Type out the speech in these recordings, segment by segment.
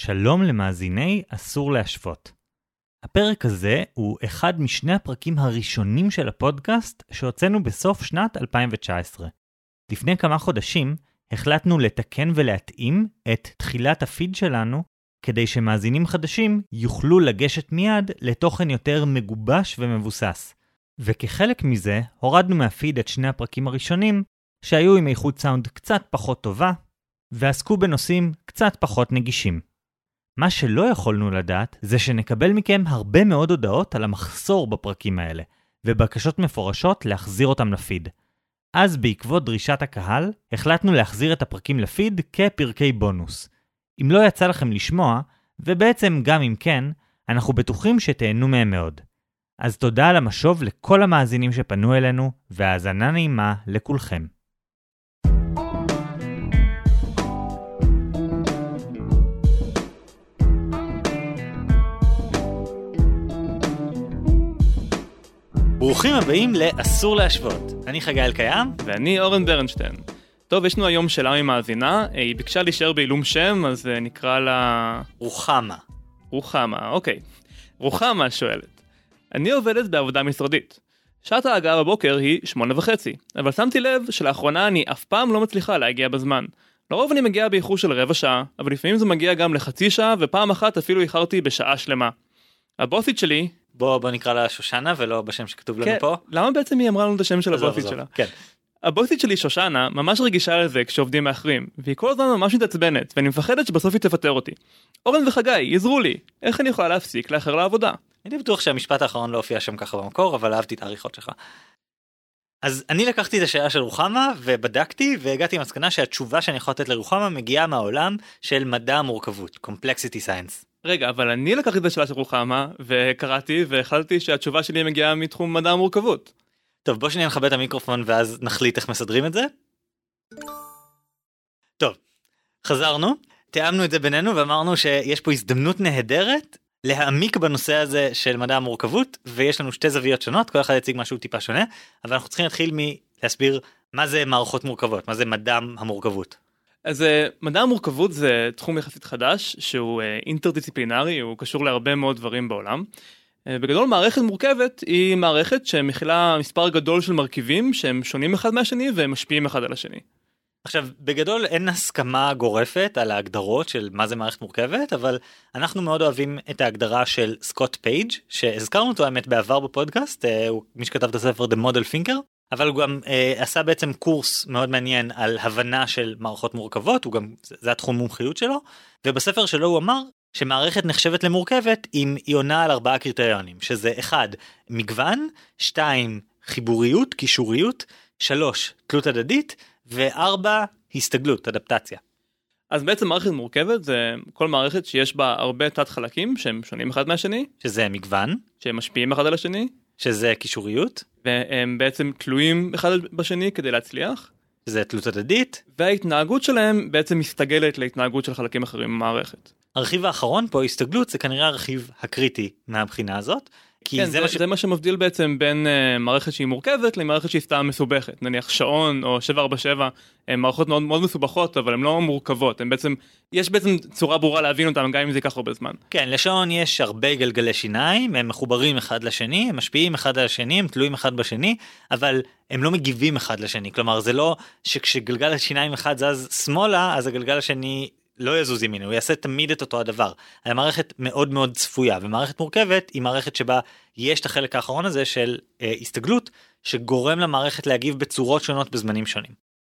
שלום למאזיני אסור להשוות. הפרק הזה הוא אחד משני הפרקים הראשונים של הפודקאסט שהוצאנו בסוף שנת 2019. לפני כמה חודשים החלטנו לתקן ולהתאים את תחילת הפיד שלנו כדי שמאזינים חדשים יוכלו לגשת מיד לתוכן יותר מגובש ומבוסס. וכחלק מזה הורדנו מהפיד את שני הפרקים הראשונים שהיו עם איכות סאונד קצת פחות טובה ועסקו בנושאים קצת פחות נגישים. מה שלא יכולנו לדעת זה שנקבל מכם הרבה מאוד הודעות על המחסור בפרקים האלה ובקשות מפורשות להחזיר אותם לפיד. אז בעקבות דרישת הקהל החלטנו להחזיר את הפרקים לפיד כפרקי בונוס. אם לא יצא לכם לשמוע, ובעצם גם אם כן, אנחנו בטוחים שתהנו מהם מאוד. אז תודה על המשוב לכל המאזינים שפנו אלינו והאזנה נעימה לכולכם. ברוכים הבאים לאסור להשוות. אני חגי אלקיים. ואני אורן ברנשטיין. טוב, יש לנו היום שאלה ממאזינה. היא ביקשה להישאר בעילום שם, אז נקרא לה... רוחמה. רוחמה, אוקיי. רוחמה שואלת. אני עובדת בעבודה משרדית. שעת ההגעה בבוקר היא 8:30, אבל שמתי לב שלאחרונה אני אף פעם לא מצליחה להגיע בזמן. לרוב אני מגיעה באיחור של רבע שעה, אבל לפעמים זה מגיע גם לחצי שעה, ופעם אחת אפילו איחרתי בשעה שלמה. הבוסית שלי... בוא נקרא לה שושנה ולא בשם שכתוב לנו פה. למה בעצם היא אמרה לנו את השם של הבוסית שלה? כן. הבוסית שלי שושנה ממש רגישה לזה כשעובדים מאחרים, והיא כל הזמן ממש מתעצבנת, ואני מפחדת שבסוף היא תפטר אותי. אורן וחגי, יעזרו לי, איך אני יכולה להפסיק לאחר לעבודה? אני בטוח שהמשפט האחרון לא הופיע שם ככה במקור, אבל אהבתי את העריכות שלך. אז אני לקחתי את השאלה של רוחמה ובדקתי והגעתי למסקנה שהתשובה שאני יכול לתת לרוחמה מגיעה מהעולם של מדע המורכבות, Complexity Science. רגע, אבל אני לקחתי את השאלה של רוחמה וקראתי והחלטתי שהתשובה שלי מגיעה מתחום מדע המורכבות. טוב, בוא שניה נכבה את המיקרופון ואז נחליט איך מסדרים את זה. טוב, חזרנו, תיאמנו את זה בינינו ואמרנו שיש פה הזדמנות נהדרת להעמיק בנושא הזה של מדע המורכבות, ויש לנו שתי זוויות שונות, כל אחד יציג משהו טיפה שונה, אבל אנחנו צריכים להתחיל מלהסביר מה זה מערכות מורכבות, מה זה מדע המורכבות. אז מדע המורכבות זה תחום יחסית חדש, שהוא אינטרדיסציפלינרי, הוא קשור להרבה מאוד דברים בעולם. בגדול מערכת מורכבת היא מערכת שמכילה מספר גדול של מרכיבים שהם שונים אחד מהשני והם משפיעים אחד על השני. עכשיו, בגדול אין הסכמה גורפת על ההגדרות של מה זה מערכת מורכבת, אבל אנחנו מאוד אוהבים את ההגדרה של סקוט פייג' שהזכרנו אותו האמת בעבר בפודקאסט, הוא מי שכתב את הספר The Model Thinker, אבל הוא גם עשה בעצם קורס מאוד מעניין על הבנה של מערכות מורכבות, זה התחום מומחיות שלו, ובספר שלו הוא אמר שמערכת נחשבת למורכבת אם היא עונה על 4 קריטריונים, שזה 1, מגוון, 2, חיבוריות, קישוריות, 3, תלות הדדית, ו4, הסתגלות, אדפטציה. אז בעצם מערכת מורכבת זה כל מערכת שיש בה הרבה תת חלקים שהם שונים אחד מהשני. שזה מגוון. שהם משפיעים אחד על השני. שזה קישוריות. והם בעצם תלויים אחד בשני כדי להצליח. שזה תלות הדדית. וההתנהגות שלהם בעצם מסתגלת להתנהגות של חלקים אחרים במערכת. הרכיב האחרון פה, הסתגלות, זה כנראה הרכיב הקריטי מהבחינה הזאת. כן, זה מה שמבדיל בעצם בין מערכת שהיא מורכבת למערכת שהיא סתם מסובכת. נניח שעון או 747, הן מערכות מאוד, מאוד מסובכות, אבל הן לא מורכבות. יש בעצם צורה ברורה להבין אותן, גם אם זה ייקח הרבה זמן. כן, לשעון יש הרבה גלגלי שיניים, הם מחוברים אחד לשני, הם משפיעים אחד על השני, הם תלויים אחד בשני, אבל הם לא מגיבים אחד לשני. כלומר, זה לא שכשגלגל השיניים אחד זז שמאלה, אז הגלגל השני לא יזוז ימינו, הוא יעשה תמיד את אותו הדבר. המערכת מאוד מאוד צפויה, ומערכת מורכבת היא מערכת שבה יש את החלק האחרון הזה של הסתגלות, שגורם למערכת להגיב בצורות שונות בזמנים שונים.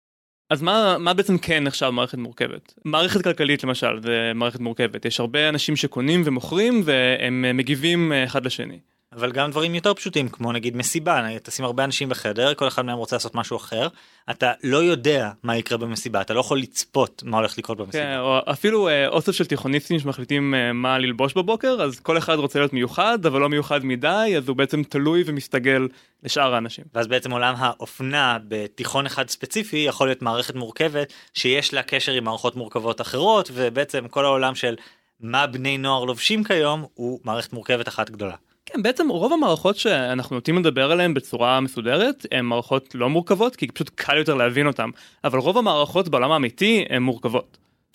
אז מה בעצם כן נחשב מערכת מורכבת? מערכת כלכלית למשל, זה מערכת מורכבת. יש הרבה אנשים שקונים ומוכרים, והם מגיבים אחד לשני. אבל גם דברים יותר פשוטים, כמו נגיד מסיבה, תשים הרבה אנשים בחדר, כל אחד מהם רוצה לעשות משהו אחר, אתה לא יודע מה יקרה במסיבה, אתה לא יכול לצפות מה הולך לקרות במסיבה. כן, או אפילו אוסף של תיכוניסטים שמחליטים מה ללבוש בבוקר, אז כל אחד רוצה להיות מיוחד, אבל לא מיוחד מדי, אז הוא בעצם תלוי ומסתגל לשאר האנשים. ואז בעצם עולם האופנה בתיכון אחד ספציפי יכול להיות מערכת מורכבת, שיש לה קשר עם מערכות מורכבות אחרות, ובעצם כל העולם של מה בני נוער לובשים כיום, הוא מערכת מורכבת אחת גדולה. כן, בעצם רוב המערכות שאנחנו נוטים לדבר עליהן בצורה מסודרת, הן מערכות לא מורכבות, כי פשוט קל יותר להבין אותן, אבל רוב המערכות בעולם האמיתי הן מורכבות.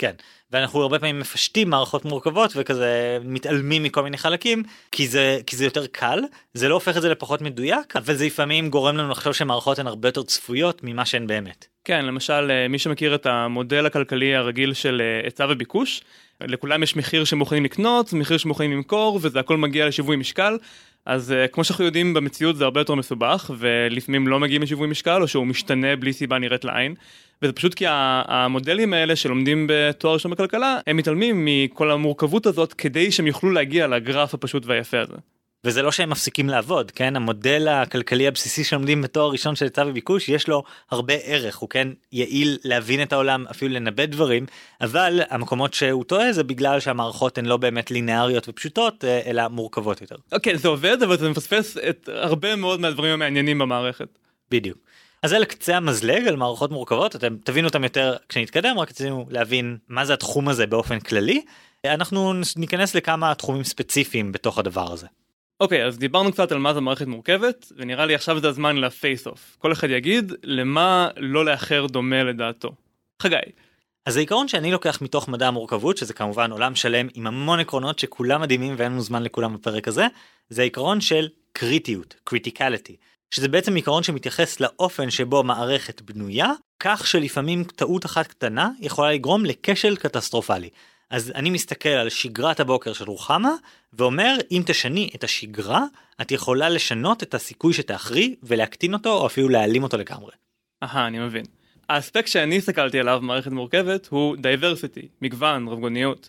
כן, ואנחנו הרבה פעמים מפשטים מערכות מורכבות וכזה מתעלמים מכל מיני חלקים, כי זה יותר קל, זה לא הופך את זה לפחות מדויק, אבל זה לפעמים גורם לנו לחשוב שמערכות הן הרבה יותר צפויות ממה שהן באמת. כן, למשל, מי שמכיר את המודל הכלכלי הרגיל של היצע וביקוש, לכולם יש מחיר שמוכנים לקנות, מחיר שמוכנים למכור, וזה הכל מגיע לשיווי משקל, אז כמו שאנחנו יודעים במציאות זה הרבה יותר מסובך, ולפעמים לא מגיעים לשיווי משקל, או שהוא משתנה בלי סיבה נראית לעין, וזה פשוט כי המודלים האלה שלומדים בתואר ראשון בכלכלה, הם מתעלמים מכל המורכבות הזאת, כדי שהם יוכלו להגיע לגרף הפשוט והיפה הזה. וזה לא שהם מפסיקים לעבוד, כן? המודל הכלכלי הבסיסי שלומדים בתואר ראשון של היצע וביקוש, יש לו הרבה ערך, הוא כן יעיל להבין את העולם, אפילו לנבא דברים, אבל המקומות שהוא טועה זה בגלל שהמערכות הן לא באמת לינאריות ופשוטות, אלא מורכבות יותר. אוקיי, זה עובד, אבל זה מפספס את הרבה מאוד מהדברים המעניינים במערכת. בדיוק. אז זה לקצה המזלג על מערכות מורכבות, אתם תבינו אותם יותר כשנתקדם, רק רצינו להבין מה זה התחום הזה באופן כללי. אנחנו ניכנס לכמה תחומים ספציפיים בתוך הדבר הזה. אוקיי, אז דיברנו קצת על מה זה מערכת מורכבת, ונראה לי עכשיו זה הזמן לפייס-אוף. כל אחד יגיד למה לא לאחר דומה לדעתו. חגי. אז העיקרון שאני לוקח מתוך מדע המורכבות, שזה כמובן עולם שלם עם המון עקרונות שכולם מדהימים ואין לנו זמן לכולם בפרק הזה, זה העיקרון של קריטיות, criticality, שזה בעצם עיקרון שמתייחס לאופן שבו מערכת בנויה, כך שלפעמים טעות אחת קטנה יכולה לגרום לכשל קטסטרופלי. אז אני מסתכל על שגרת הבוקר של רוחמה, ואומר, אם תשני את השגרה, את יכולה לשנות את הסיכוי שתאחרי, ולהקטין אותו, או אפילו להעלים אותו לגמרי. אני מבין. האספקט שאני הסתכלתי עליו במערכת מורכבת, הוא diversity, מגוון, רבגוניות.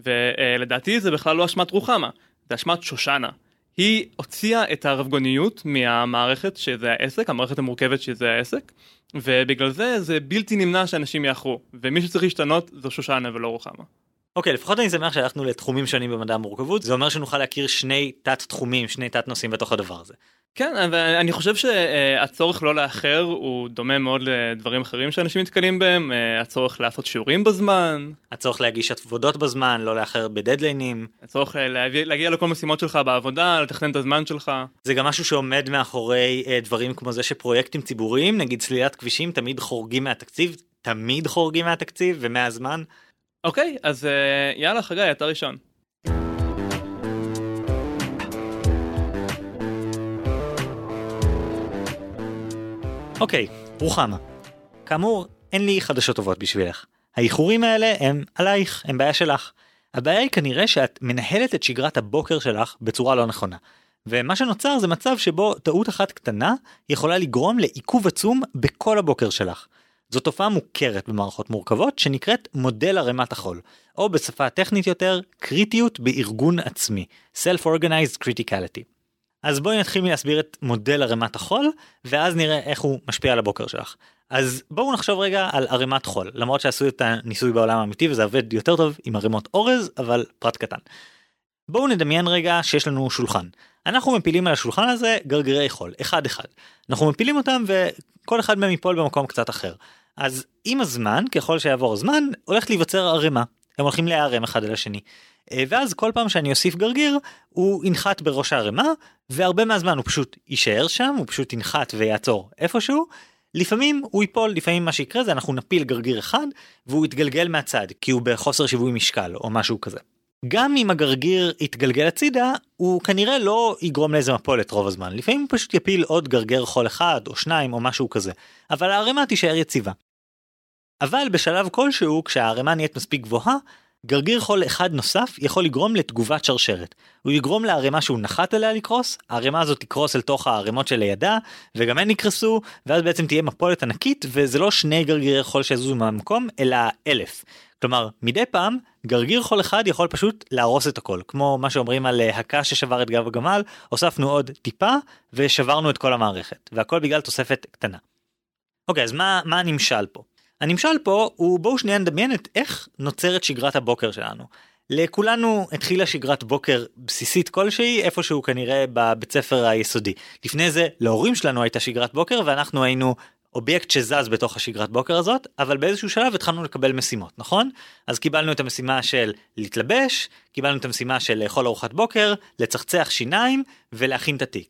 ולדעתי זה בכלל לא אשמת רוחמה, זה אשמת שושנה. היא הוציאה את הרבגוניות מהמערכת שזה העסק, המערכת המורכבת שזה העסק, ובגלל זה בלתי נמנע שאנשים יאחרו, ומי שצריך להשתנות זו שושנה ולא רוחמה. אוקיי, לפחות אני שמח שהלכנו לתחומים שונים במדע המורכבות, זה אומר שנוכל להכיר שני תת תחומים, שני תת נושאים בתוך הדבר הזה. כן, ואני חושב שהצורך לא לאחר הוא דומה מאוד לדברים אחרים שאנשים מתקלים בהם, הצורך לעשות שיעורים בזמן, הצורך להגיש עבודות בזמן, לא לאחר בדדליינים, הצורך להגיע לכל משימות שלך בעבודה, לתכנן את הזמן שלך. זה גם משהו שעומד מאחורי דברים כמו זה שפרויקטים ציבוריים, נגיד סלילת כבישים, תמיד חורגים מהתקציב ומהזמן. אוקיי, אז יאללה חגי, אתה ראשון. אוקיי, רוחמה. כאמור, אין לי חדשות טובות בשבילך. האיחורים האלה הם עלייך, הם בעיה שלך. הבעיה היא כנראה שאת מנהלת את שגרת הבוקר שלך בצורה לא נכונה. ומה שנוצר זה מצב שבו טעות אחת קטנה יכולה לגרום לעיכוב עצום בכל הבוקר שלך. זו תופעה מוכרת במערכות מורכבות שנקראת מודל ערימת החול, או בשפה טכנית יותר, קריטיות בארגון עצמי, Self-Organized Criticality. אז בואי נתחיל מלהסביר את מודל ערימת החול, ואז נראה איך הוא משפיע על הבוקר שלך. אז בואו נחשוב רגע על ערימת חול, למרות שעשו את הניסוי בעולם האמיתי, וזה עובד יותר טוב עם ערימות אורז, אבל פרט קטן. בואו נדמיין רגע שיש לנו שולחן. אנחנו מפילים על השולחן הזה גרגירי חול, אחד אחד. אנחנו מפילים אותם וכל אחד מהם ייפול במקום קצת אחר. אז עם הזמן, ככל שיעבור הזמן, הולכת להיווצר ערימה. הם הולכים להיערם אחד על השני. ואז כל פעם שאני אוסיף גרגיר, הוא ינחת בראש הערימה, והרבה מהזמן הוא פשוט יישאר שם, הוא פשוט ינחת ויעצור איפשהו. לפעמים הוא ייפול, לפעמים מה שיקרה זה אנחנו נפיל גרגיר אחד, והוא יתגלגל מהצד, כי הוא בחוסר שיווי משקל או משהו כזה. גם אם הגרגיר יתגלגל הצידה, הוא כנראה לא יגרום לאיזה מפולת רוב הזמן. לפעמים הוא פשוט יפיל עוד גרגר חול אחד או שניים או משהו כזה. אבל הערימה תישאר יציבה. אבל בשלב כלשהו, כשהערימה נהיית מספיק גבוהה, גרגיר חול אחד נוסף יכול לגרום לתגובת שרשרת. הוא יגרום לערימה שהוא נחת עליה לקרוס, הערימה הזאת תקרוס אל תוך הערימות שלידה, וגם הן יקרסו, ואז בעצם תהיה מפולת ענקית, וזה לא שני גרגירי חול שיזוזו מהמקום, אלא 1,000. כלומר, מדי פעם, גרגיר חול אחד יכול פשוט להרוס את הכל. כמו מה שאומרים על הקש ששבר את גב הגמל, הוספנו עוד טיפה, ושברנו את כל המערכת. והכל בגלל תוספת קטנה. אוקיי, אז מה הנמשל פה? הנמשל פה הוא בואו שנייה נדמיין את איך נוצרת שגרת הבוקר שלנו. לכולנו התחילה שגרת בוקר בסיסית כלשהי, איפשהו כנראה בבית ספר היסודי. לפני זה להורים שלנו הייתה שגרת בוקר, ואנחנו היינו אובייקט שזז בתוך השגרת בוקר הזאת, אבל באיזשהו שלב התחלנו לקבל משימות, נכון? אז קיבלנו את המשימה של להתלבש, קיבלנו את המשימה של לאכול ארוחת בוקר, לצחצח שיניים ולהכין את התיק.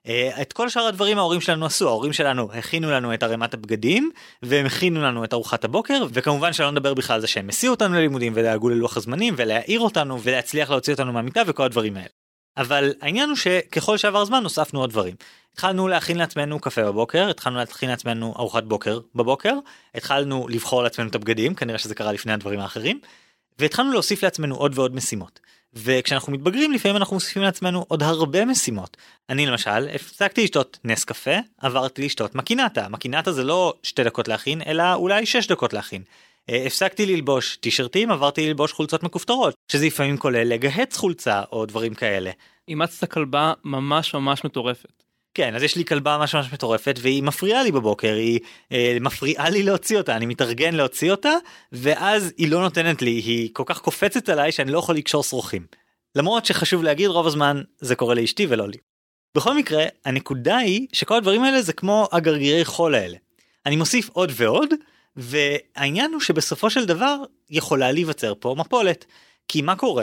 את כל שאר הדברים ההורים שלנו עשו, ההורים שלנו הכינו לנו את ערימת הבגדים, והם הכינו לנו את ארוחת הבוקר, וכמובן שלא נדבר בכלל על זה שהם הסיעו אותנו ללימודים, ודאגו ללוח הזמנים, ולהעיר אותנו, ולהצליח להוציא אותנו מהמיטה, וכל הדברים האלה. אבל העניין הוא שככל שעבר זמן נוספנו עוד דברים. התחלנו להכין לעצמנו קפה בבוקר, התחלנו להכין לעצמנו ארוחת בוקר בבוקר, התחלנו לבחור לעצמנו את הבגדים, כנראה שזה קרה לפני הדברים האחרים, והתחלנו להוסיף לעצמנו עוד ועוד משימות. וכשאנחנו מתבגרים, לפעמים אנחנו מוסיפים לעצמנו עוד הרבה משימות. אני למשל, הפסקתי לשתות נס קפה, עברתי לשתות מקינטה. מקינטה זה לא 2 דקות להכין, אלא אולי 6 דקות להכין. הפסקתי ללבוש טישרטים, עברתי ללבוש חולצות מכופתרות, שזה לפעמים כולל לגהץ חולצה או דברים כאלה. אימצת כלבה ממש ממש מטורפת. כן, אז יש לי כלבה ממש ממש מטורפת, והיא מפריעה לי בבוקר, היא מפריעה לי להוציא אותה, אני מתארגן להוציא אותה, ואז היא לא נותנת לי, היא כל כך קופצת עליי שאני לא יכול לקשור שרוכים. למרות שחשוב להגיד, רוב הזמן זה קורה לאשתי ולא לי. בכל מקרה, הנקודה היא שכל הדברים האלה זה כמו הגרגירי חול האלה. אני מוסיף עוד ועוד, והעניין הוא שבסופו של דבר יכולה להיווצר פה מפולת. כי מה קורה?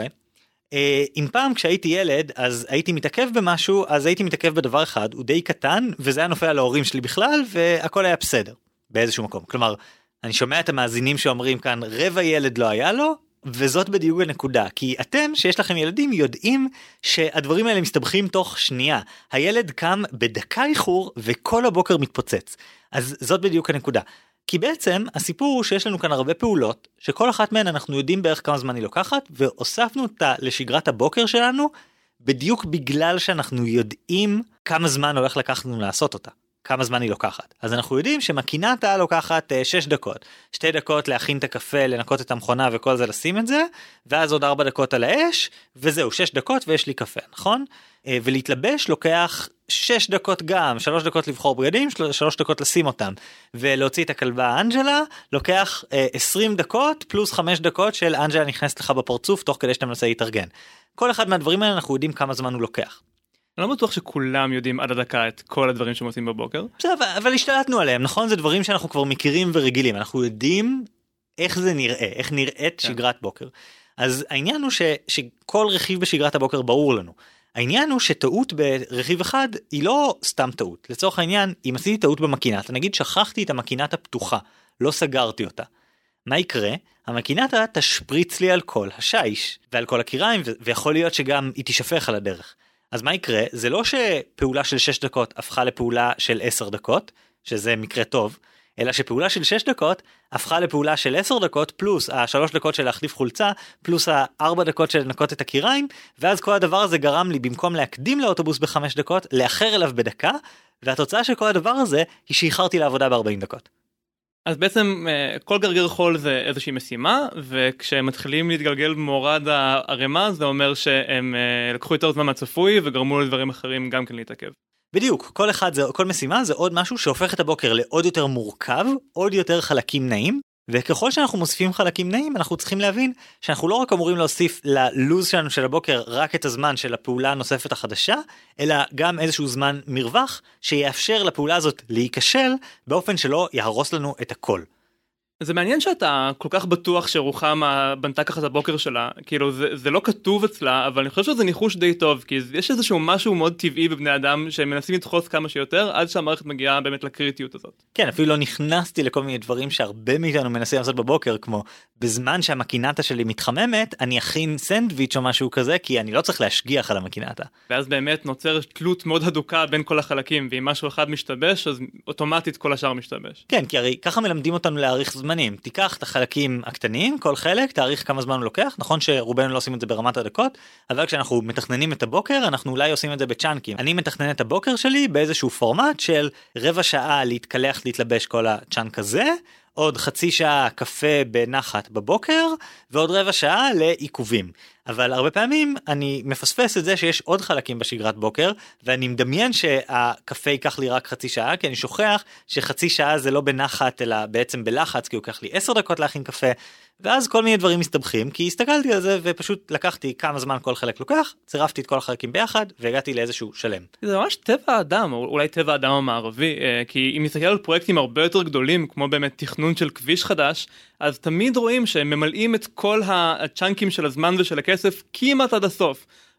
אם פעם כשהייתי ילד אז הייתי מתעכב במשהו, אז הייתי מתעכב בדבר אחד, הוא די קטן, וזה היה נופל להורים שלי בכלל, והכל היה בסדר, באיזשהו מקום. כלומר, אני שומע את המאזינים שאומרים כאן, רבע ילד לא היה לו, וזאת בדיוק הנקודה, כי אתם שיש לכם ילדים יודעים שהדברים האלה מסתבכים תוך שנייה. הילד קם בדקה איחור, וכל הבוקר מתפוצץ. אז זאת בדיוק הנקודה. כי בעצם הסיפור הוא שיש לנו כאן הרבה פעולות, שכל אחת מהן אנחנו יודעים בערך כמה זמן היא לוקחת, והוספנו אותה לשגרת הבוקר שלנו, בדיוק בגלל שאנחנו יודעים כמה זמן הולך לקחת לנו לעשות אותה, כמה זמן היא לוקחת. אז אנחנו יודעים שמקינטה לוקחת 6 דקות, 2 דקות להכין את הקפה, לנקות את המכונה וכל זה לשים את זה, ואז עוד 4 דקות על האש, וזהו, 6 דקות ויש לי קפה, נכון? ולהתלבש לוקח 6 דקות גם, 3 דקות לבחור בגדים, 3 דקות לשים אותם, ולהוציא את הכלבה אנג'לה, לוקח 20 דקות, פלוס 5 דקות של אנג'לה נכנסת לך בפרצוף, תוך כדי שאתה מנסה להתארגן. כל אחד מהדברים האלה אנחנו יודעים כמה זמן הוא לוקח. אני לא בטוח שכולם יודעים עד הדקה את כל הדברים שהם עושים בבוקר. בסדר, אבל השתלטנו עליהם, נכון? זה דברים שאנחנו כבר מכירים ורגילים, אנחנו יודעים איך זה נראה, איך נראית שגרת בוקר. אז העניין הוא שכל רכיב בשגרת הבוקר ברור לנו. העניין הוא שטעות ברכיב אחד היא לא סתם טעות. לצורך העניין, אם עשיתי טעות במקינטה, נגיד שכחתי את המקינטה פתוחה, לא סגרתי אותה. מה יקרה? המקינטה תשפריץ לי על כל השיש ועל כל הקיריים, ויכול להיות שגם היא תשפך על הדרך. אז מה יקרה? זה לא שפעולה של 6 דקות הפכה לפעולה של 10 דקות, שזה מקרה טוב, אלא שפעולה של 6 דקות הפכה לפעולה של 10 דקות, פלוס 3 דקות של להחליף חולצה, פלוס 4 דקות של לנקות את הקיריים, ואז כל הדבר הזה גרם לי, במקום להקדים לאוטובוס ב5 דקות, לאחר אליו בדקה, והתוצאה של כל הדבר הזה היא שאיחרתי לעבודה ב40 דקות. אז בעצם כל גרגר חול זה איזושהי משימה, וכשמתחילים להתגלגל במורד הערימה, זה אומר שהם לקחו יותר זמן מהצפוי, וגרמו לדברים אחרים גם כן להתעכב. בדיוק, כל משימה זה עוד משהו שהופך את הבוקר לעוד יותר מורכב, עוד יותר חלקים נעים, וככל שאנחנו מוסיפים חלקים נעים, אנחנו צריכים להבין שאנחנו לא רק אמורים להוסיף ללוז שלנו של הבוקר רק את הזמן של הפעולה הנוספת החדשה, אלא גם איזשהו זמן מרווח שיאפשר לפעולה הזאת להיכשל באופן שלא יהרוס לנו את הכל. זה מעניין שאתה כל כך בטוח שרוחמה בנתה ככה את הבוקר שלה, כאילו זה לא כתוב אצלה, אבל אני חושב שזה ניחוש די טוב, כי יש איזשהו משהו מאוד טבעי בבני אדם, שהם מנסים לדחוס כמה שיותר, עד שהמערכת מגיעה באמת לקריטיות הזאת. כן, אפילו לא נכנסתי לכל מיני דברים שהרבה מאיתנו מנסים לעשות בבוקר, כמו בזמן שהמקינטה שלי מתחממת, אני אכין סנדוויץ' או משהו כזה, כי אני לא צריך להשגיח על המקינטה. ואז באמת נוצר תלות מאוד הדוקה בין כל החלקים, ואם משהו אחד משתבש, אז אוטומטית כל השאר משתבש. כן, כי הרי ככה מלמדים אותנו להאריך זמנים. תיקח את החלקים הקטנים, כל חלק, תאריך כמה זמן הוא לוקח. נכון שרובנו לא עושים את זה ברמת הדקות, אבל כשאנחנו מתכננים את הבוקר, אנחנו אולי עושים את זה בצ'אנקים. אני מתכנן את הבוקר שלי באיזשהו פורמט של רבע שעה להתקלח, להתלבש כל הצ'אנק הזה, עוד חצי שעה קפה בנחת בבוקר, ועוד רבע שעה לעיכובים. אבל הרבה פעמים אני מפספס את זה שיש עוד חלקים בשגרת בוקר, ואני מדמיין שהקפה ייקח לי רק חצי שעה, כי אני שוכח שחצי שעה זה לא בנחת, אלא בעצם בלחץ, כי הוא ייקח לי 10 דקות להכין קפה, ואז כל מיני דברים מסתבכים, כי הסתכלתי על זה ופשוט לקחתי כמה זמן כל חלק לוקח, צירפתי את כל החלקים ביחד, והגעתי לאיזשהו שלם. זה ממש טבע האדם, או אולי טבע האדם המערבי, כי אם נסתכל על פרויקטים הרבה יותר גדולים, כמו באמת תכנון של כביש חדש, אז תמיד רואים שהם ממלאים את כל הצ'אנקים של הזמן ושל הכסף כמעט עד הסוף.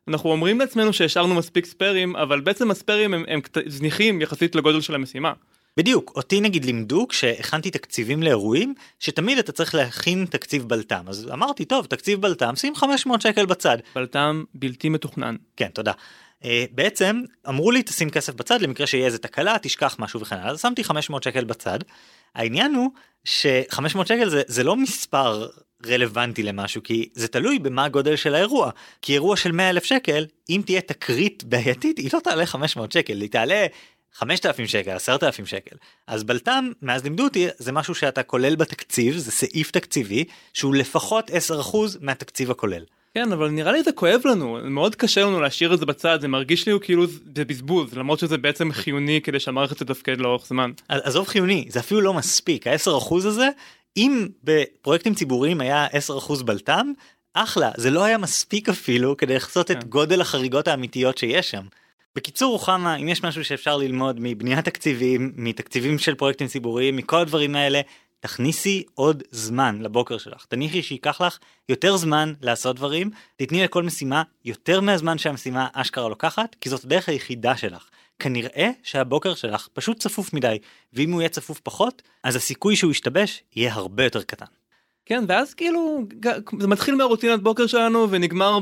אנחנו אומרים לעצמנו שהשארנו מספיק ספיירים, אבל בעצם הספיירים הם זניחים יחסית לגודל של המשימה. בדיוק, אותי נגיד לימדו כשהכנתי תקציבים לאירועים, שתמיד אתה צריך להכין תקציב בלטם. אז אמרתי, טוב, תקציב בלטם, שים 500 שקל בצד. בלטם בלתי מתוכנן. כן, תודה. בעצם אמרו לי תשים כסף בצד למקרה שיהיה איזה תקלה, תשכח משהו וכן הלאה. אז שמתי 500 שקל בצד. העניין הוא ש500 שקל זה לא מספר רלוונטי למשהו, כי זה תלוי במה הגודל של האירוע. כי אירוע של 100,000 שקל, אם תהיה תקרית בעייתית, היא לא תעלה 500 שקל, היא תעלה 5,000 שקל, 10,000 שקל. אז בלטם, מאז לימדו אותי, זה משהו שאתה כולל בתקציב, זה סעיף תקציבי, שהוא לפחות 10% מהתקציב הכולל. כן, אבל נראה לי זה כואב לנו, מאוד קשה לנו להשאיר את זה בצד, זה מרגיש לי כאילו זה בזבוז, למרות שזה בעצם חיוני כדי שהמערכת תתפקד לאורך זמן. עזוב חיוני, זה אפילו לא מספיק, ה-10% הזה, אם בפרויקטים ציבוריים היה 10% בלטם, אחלה, זה לא היה מספיק אפילו כדי לחצות את גודל החריגות האמיתיות שיש שם. בקיצור, רוחמה, אם יש משהו שאפשר ללמוד מבניית תקציבים, מתקציבים של פרויקטים ציבוריים, מכל הדברים האלה, תכניסי עוד זמן לבוקר שלך. תניחי שיקח לך יותר זמן לעשות דברים, תתני לכל משימה יותר מהזמן שהמשימה אשכרה לוקחת, כי זאת הדרך היחידה שלך. כנראה שהבוקר שלך פשוט צפוף מדי, ואם הוא יהיה צפוף פחות, אז הסיכוי שהוא ישתבש יהיה הרבה יותר קטן. כן, ואז כאילו, זה מתחיל מהרוטינת בוקר שלנו ונגמר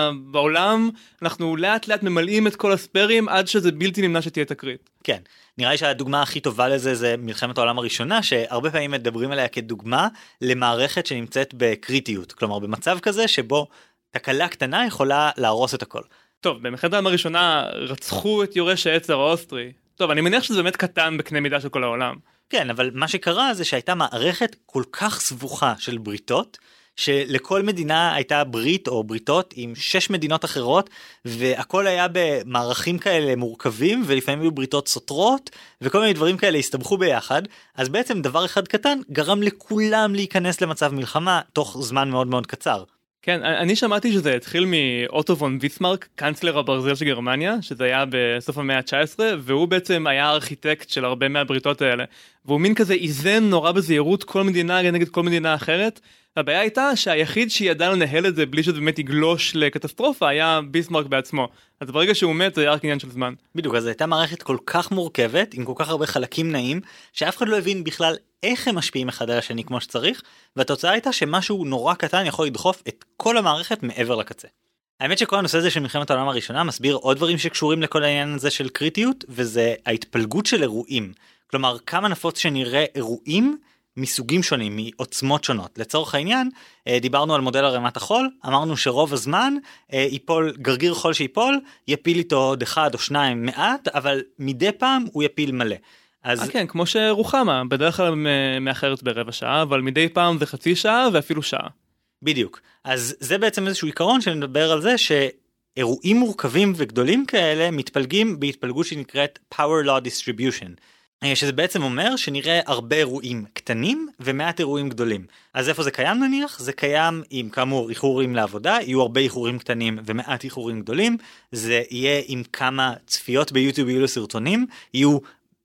בעולם, אנחנו לאט לאט ממלאים את כל הספיירים עד שזה בלתי נמנע שתהיה תקרית. כן, נראה לי שהדוגמה הכי טובה לזה זה מלחמת העולם הראשונה, שהרבה פעמים מדברים עליה כדוגמה למערכת שנמצאת בקריטיות, כלומר במצב כזה שבו תקלה קטנה יכולה להרוס את הכל. טוב, במלחמת העולם הראשונה רצחו את יורש העצר האוסטרי. טוב, אני מניח שזה באמת קטן בקנה מידה של כל העולם. כן, אבל מה שקרה זה שהייתה מערכת כל כך סבוכה של בריתות, שלכל מדינה הייתה ברית או בריתות עם 6 מדינות אחרות, והכל היה במערכים כאלה מורכבים, ולפעמים היו בריתות סותרות, וכל מיני דברים כאלה הסתבכו ביחד, אז בעצם דבר אחד קטן גרם לכולם להיכנס למצב מלחמה, תוך זמן מאוד מאוד קצר. כן, אני שמעתי שזה התחיל מאוטו פון ביסמרק, קאנצלר הברזל של גרמניה, שזה היה בסוף המאה ה-19, והוא בעצם היה הארכיטקט של הרבה מהבריתות האלה. והוא מין כזה איזן נורא בזהירות כל מדינה נגד כל מדינה אחרת. הבעיה הייתה שהיחיד שידע לנהל את זה בלי שזה באמת יגלוש לקטסטרופה היה ביסמרק בעצמו. אז ברגע שהוא מת זה היה רק עניין של זמן. בדיוק, אז הייתה מערכת כל כך מורכבת, עם כל כך הרבה חלקים נעים, שאף אחד לא הבין בכלל איך הם משפיעים אחד על השני כמו שצריך, והתוצאה הייתה שמשהו נורא קטן יכול לדחוף את כל המערכת מעבר לקצה. האמת שכל הנושא הזה של מלחמת העולם הראשונה מסביר עוד דברים שקשורים לכל העניין הזה של קריטיות, וזה ההתפלגות של אירועים. כלומר, כמה נפוץ שנראה אירועים מסוגים שונים, מעוצמות שונות. לצורך העניין, דיברנו על מודל הרמת החול, אמרנו שרוב הזמן ייפול, גרגיר חול שיפול, יפיל איתו עוד 1 או 2 מעט, אבל מדי פעם הוא יפיל מלא. אז כן, כמו שרוחמה, בדרך כלל מאחרת ברבע שעה, אבל מדי פעם זה חצי שעה ואפילו שעה. בדיוק. אז זה בעצם איזשהו עיקרון שנדבר על זה שאירועים מורכבים וגדולים כאלה מתפלגים בהתפלגות שנקראת Power Law Distribution. שזה בעצם אומר שנראה הרבה אירועים קטנים ומעט אירועים גדולים. אז איפה זה קיים נניח? זה קיים עם כאמור איחורים לעבודה, יהיו הרבה איחורים קטנים ומעט איחורים גדולים, זה יהיה עם כמה צפיות ביוטיוב יהיו לסרטונים, יהיו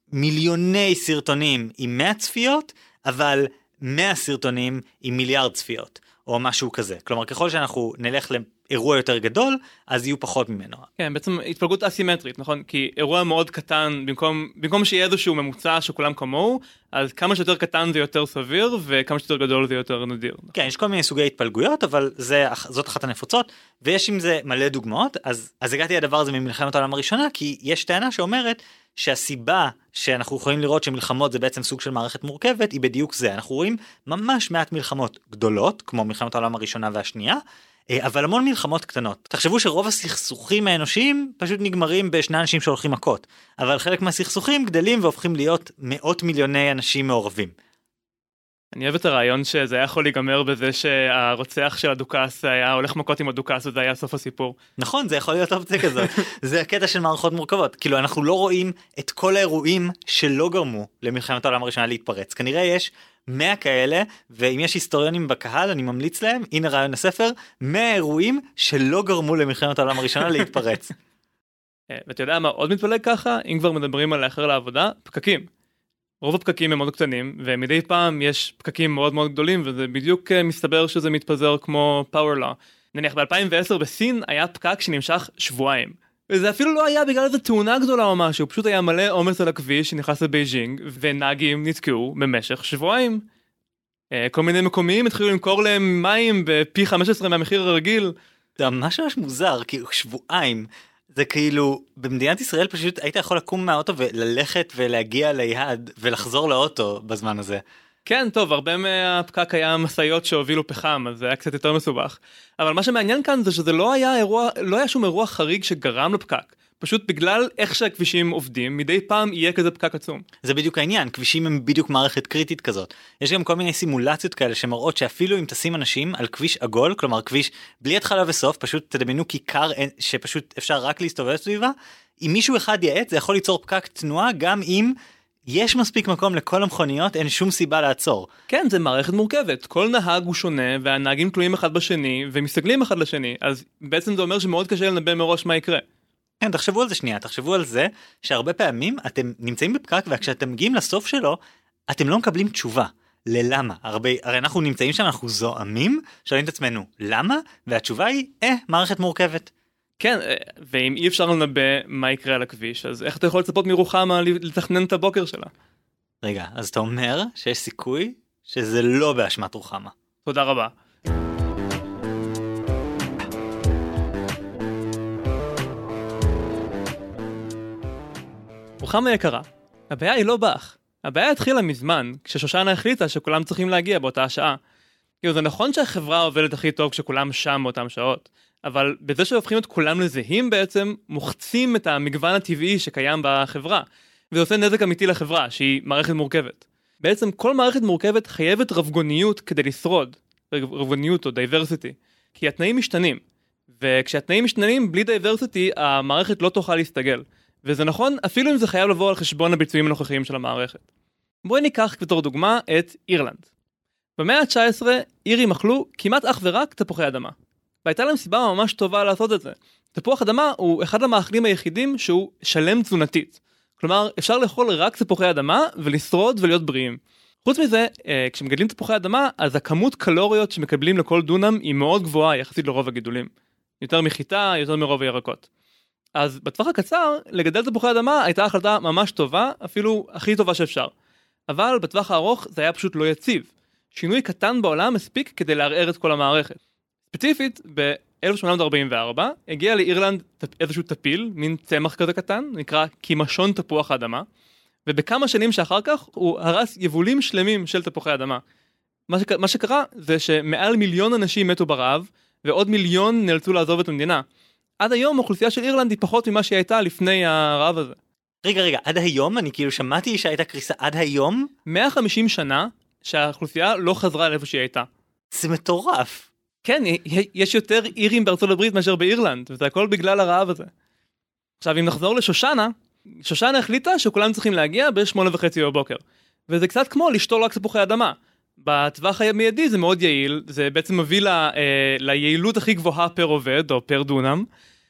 מיליוני סרטונים עם 100 צפיות, אבל 100 סרטונים עם מיליארד צפיות, או משהו כזה. כלומר, ככל שאנחנו נלך לאירוע יותר גדול, אז יהיו פחות ממנו. כן, בעצם התפלגות אסימטרית, נכון? כי אירוע מאוד קטן, במקום שיהיה איזשהו ממוצע שכולם כמוהו, אז כמה שיותר קטן זה יותר סביר, וכמה שיותר גדול זה יותר נדיר. כן, יש כל מיני סוגי התפלגויות, אבל זאת אחת הנפוצות, ויש עם זה מלא דוגמאות, אז הגעתי לדבר הזה ממלחמת העולם הראשונה, כי יש טענה שאומרת שהסיבה שאנחנו יכולים לראות שמלחמות זה בעצם סוג של מערכת מורכבת, היא בדיוק זה. אנחנו רואים ממש מעט מלחמות גדולות, כמו מלחמת העולם הראשונה והשנייה, אבל המון מלחמות קטנות. תחשבו שרוב הסכסוכים האנושיים פשוט נגמרים בשני אנשים שהולכים מכות, אבל חלק מהסכסוכים גדלים והופכים להיות מאות מיליוני אנשים מעורבים. אני אוהב את הרעיון שזה היה יכול להיגמר בזה שהרוצח של הדוקס היה הולך מכות עם הדוקס, וזה היה סוף הסיפור. נכון, זה יכול להיות אופציה כזאת. זה הקטע של מערכות מורכבות. כאילו אנחנו לא רואים את כל האירועים שלא גרמו למלחמת העולם הראשונה להתפרץ. כנראה יש 100 כאלה, ואם יש היסטוריונים בקהל, אני ממליץ להם, הנה רעיון הספר, 100 אירועים שלא גרמו למלחמת העולם הראשונה להתפרץ. ואתה יודע מה עוד מתפלג ככה? אם כבר מדברים על לאחר לעבודה, פקקים. רוב הפקקים הם מאוד קטנים, ומדי פעם יש פקקים מאוד מאוד גדולים, וזה בדיוק מסתבר שזה מתפזר כמו Power Law. נניח ב-2010 בסין היה פקק שנמשך שבועיים. וזה אפילו לא היה בגלל איזו תאונה גדולה או משהו, פשוט היה מלא עומס על הכביש שנכנס לבייג'ינג, ונהגים נתקעו במשך שבועיים. כל מיני מקומיים התחילו למכור להם מים בפי 15 מהמחיר הרגיל. זה ממש מוזר, כאילו שבועיים. זה כאילו, במדינת ישראל פשוט היית יכול לקום מהאוטו וללכת ולהגיע ליעד ולחזור לאוטו בזמן הזה. כן, טוב, הרבה מהפקק היה מסעיות שהובילו פחם, אז זה היה קצת יותר מסובך. אבל מה שמעניין כאן זה שזה לא היה שום אירוע חריג שגרם לפקק. פשוט בגלל איך שהכבישים עובדים, מדי פעם יהיה כזה פקק עצום. זה בדיוק העניין, כבישים הם בדיוק מערכת קריטית כזאת. יש גם כל מיני סימולציות כאלה שמראות שאפילו אם תשים אנשים על כביש עגול, כלומר כביש בלי התחלה וסוף, פשוט תדמיינו כיכר שפשוט אפשר רק להסתובב סביבה, אם מישהו אחד יעט זה יכול ליצור פקק תנועה גם אם יש מספיק מקום לכל המכוניות, אין שום סיבה לעצור. כן, זה מערכת מורכבת. כל נהג הוא שונה, והנהגים תלויים אחד בשני, ומסתגלים אחד לשני. אז בעצם זה אומר שמאוד קשה לנבא מראש מה יקרה. כן, תחשבו על זה שנייה, תחשבו על זה שהרבה פעמים אתם נמצאים בפקק, וכשאתם מגיעים לסוף שלו, אתם לא מקבלים תשובה. ללמה? הרי אנחנו נמצאים שם, אנחנו זועמים, שואלים את עצמנו, למה? והתשובה היא, מערכת מורכבת. כן, ואם אי אפשר לנבא מה יקרה על הכביש, אז איך אתה יכול לצפות מרוחמה לתכנן את הבוקר שלה? רגע, אז אתה אומר שיש סיכוי שזה לא באשמת רוחמה. תודה רבה. רוחמה יקרה, הבעיה היא לא בך. הבעיה התחילה מזמן, כששושנה החליטה שכולם צריכים להגיע באותה השעה. כאילו זה נכון שהחברה עובדת הכי טוב כשכולם שם באותם שעות, אבל בזה שהופכים את כולם לזהים בעצם, מוחצים את המגוון הטבעי שקיים בחברה, וזה עושה נזק אמיתי לחברה, שהיא מערכת מורכבת. בעצם כל מערכת מורכבת חייבת רבגוניות כדי לשרוד, רבגוניות או דייברסיטי, כי התנאים משתנים, וכשהתנאים משתנים בלי דייברסיטי, המערכת לא תוכל להסתגל, וזה נכון אפילו אם זה חייב לבוא על חשבון הביצועים הנוכחיים של המערכת. בואי ניקח בתור דוגמה את אירלנד. במאה ה-19 אירים אכלו כמעט אך ורק תפוחי אדמה. והייתה להם סיבה ממש טובה לעשות את זה. תפוח אדמה הוא אחד המאכלים היחידים שהוא שלם תזונתית. כלומר, אפשר לאכול רק תפוחי אדמה ולשרוד ולהיות בריאים. חוץ מזה, כשמגדלים תפוחי אדמה, אז הכמות קלוריות שמקבלים לכל דונם היא מאוד גבוהה יחסית לרוב הגידולים. יותר מחיטה, יותר מרוב הירקות. אז בטווח הקצר, לגדל תפוחי אדמה הייתה החלטה ממש טובה, אפילו הכי טובה שאפשר. אבל בטווח הארוך זה היה פשוט לא יציב. שינוי קטן בעולם מספיק כדי לערער את כל המערכת. ספציפית, ב-1844 הגיע לאירלנד איזשהו טפיל, מין צמח כזה קטן, נקרא קימשון תפוח האדמה, ובכמה שנים שאחר כך הוא הרס יבולים שלמים של תפוחי אדמה. מה שקרה זה שמעל 1,000,000 אנשים מתו ברעב, ועוד 1,000,000 נאלצו לעזוב את המדינה. עד היום האוכלוסייה של אירלנד היא פחות ממה שהיא הייתה לפני הרעב הזה. רגע, עד היום? אני כאילו שמעתי שהייתה קריסה עד היום? 150 שנה שהאוכלוסייה לא חזרה לאיפה שהיא הייתה. זה מטורף. כן, יש יותר אירים בארצות הברית מאשר באירלנד, וזה הכל בגלל הרעב הזה. עכשיו, אם נחזור לשושנה, שושנה החליטה שכולם צריכים להגיע ב-8:30 בבוקר. וזה קצת כמו לשתול רק תפוחי אדמה. בטווח המיידי זה מאוד יעיל, זה בעצם מביא ליעילות הכי גבוהה פר עובד או פר דונם,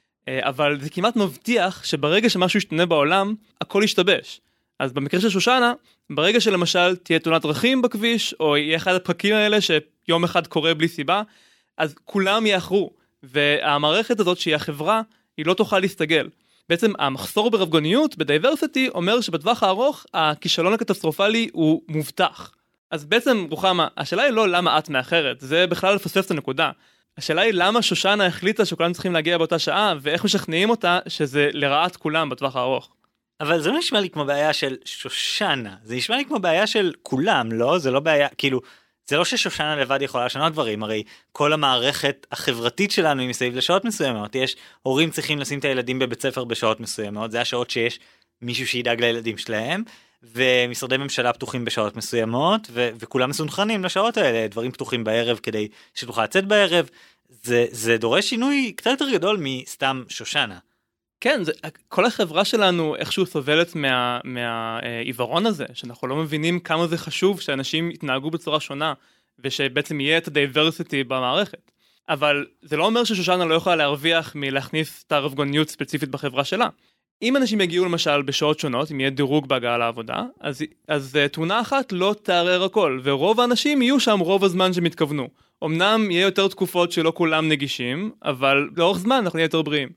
אבל זה כמעט מבטיח שברגע שמשהו ישתנה בעולם, הכל ישתבש. אז במקרה של שושנה, ברגע שלמשל תהיה תאונת דרכים בכביש, או יהיה אחד הפקקים האלה שיום אחד קורה בלי סיבה, אז כולם יאחרו, והמערכת הזאת שהיא החברה, היא לא תוכל להסתגל. בעצם המחסור ברבגוניות, בדייברסיטי, אומר שבטווח הארוך, הכישלון הקטסטרופלי הוא מובטח. אז בעצם, רוחמה, השאלה היא לא למה את מאחרת, זה בכלל לפספס את הנקודה. השאלה היא למה שושנה החליטה שכולם צריכים להגיע באותה שעה, ואיך משכנעים אותה שזה לרעת כולם בטווח הארוך. אבל זה לא נשמע לי כמו בעיה של שושנה, זה נשמע לי כמו בעיה של כולם, לא? זה לא בעיה, כאילו, זה לא ששושנה לבד יכולה לשנות דברים, הרי כל המערכת החברתית שלנו היא מסביב לשעות מסוימות, יש הורים צריכים לשים את הילדים בבית ספר בשעות מסוימות, זה השעות שיש מישהו שידאג לילדים שלהם, ומשרדי ממשלה פתוחים בשעות מסוימות, וכולם מסונכרנים לשעות האלה, דברים פתוחים בערב כדי שתוכל לצאת בערב, זה דורש שינוי קצת יותר גדול מסתם שושנה. כן, כל החברה שלנו איכשהו סובלת מהעיוורון הזה, שאנחנו לא מבינים כמה זה חשוב שאנשים יתנהגו בצורה שונה, ושבעצם יהיה את הדייברסיטי במערכת. אבל זה לא אומר ששושנה לא יכולה להרוויח מלהכניס את הרבגוניות ספציפית בחברה שלה. אם אנשים יגיעו למשל בשעות שונות, אם יהיה דירוג בהגעה לעבודה, אז תאונה אחת לא תערער הכל, ורוב האנשים יהיו שם רוב הזמן שהם התכוונו. אמנם יהיה יותר תקופות שלא כולם נגישים, אבל לאורך זמן אנחנו נהיה יותר בריאים.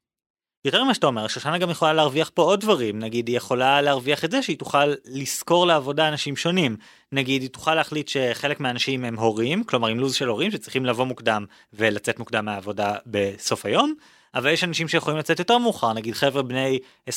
יותר ממה שאתה אומר, שושנה גם יכולה להרוויח פה עוד דברים, נגיד היא יכולה להרוויח את זה שהיא תוכל לזכור לעבודה אנשים שונים, נגיד היא תוכל להחליט שחלק מהאנשים הם הורים, כלומר עם לוז של הורים שצריכים לבוא מוקדם ולצאת מוקדם מהעבודה בסוף היום, אבל יש אנשים שיכולים לצאת יותר מאוחר, נגיד חבר'ה בני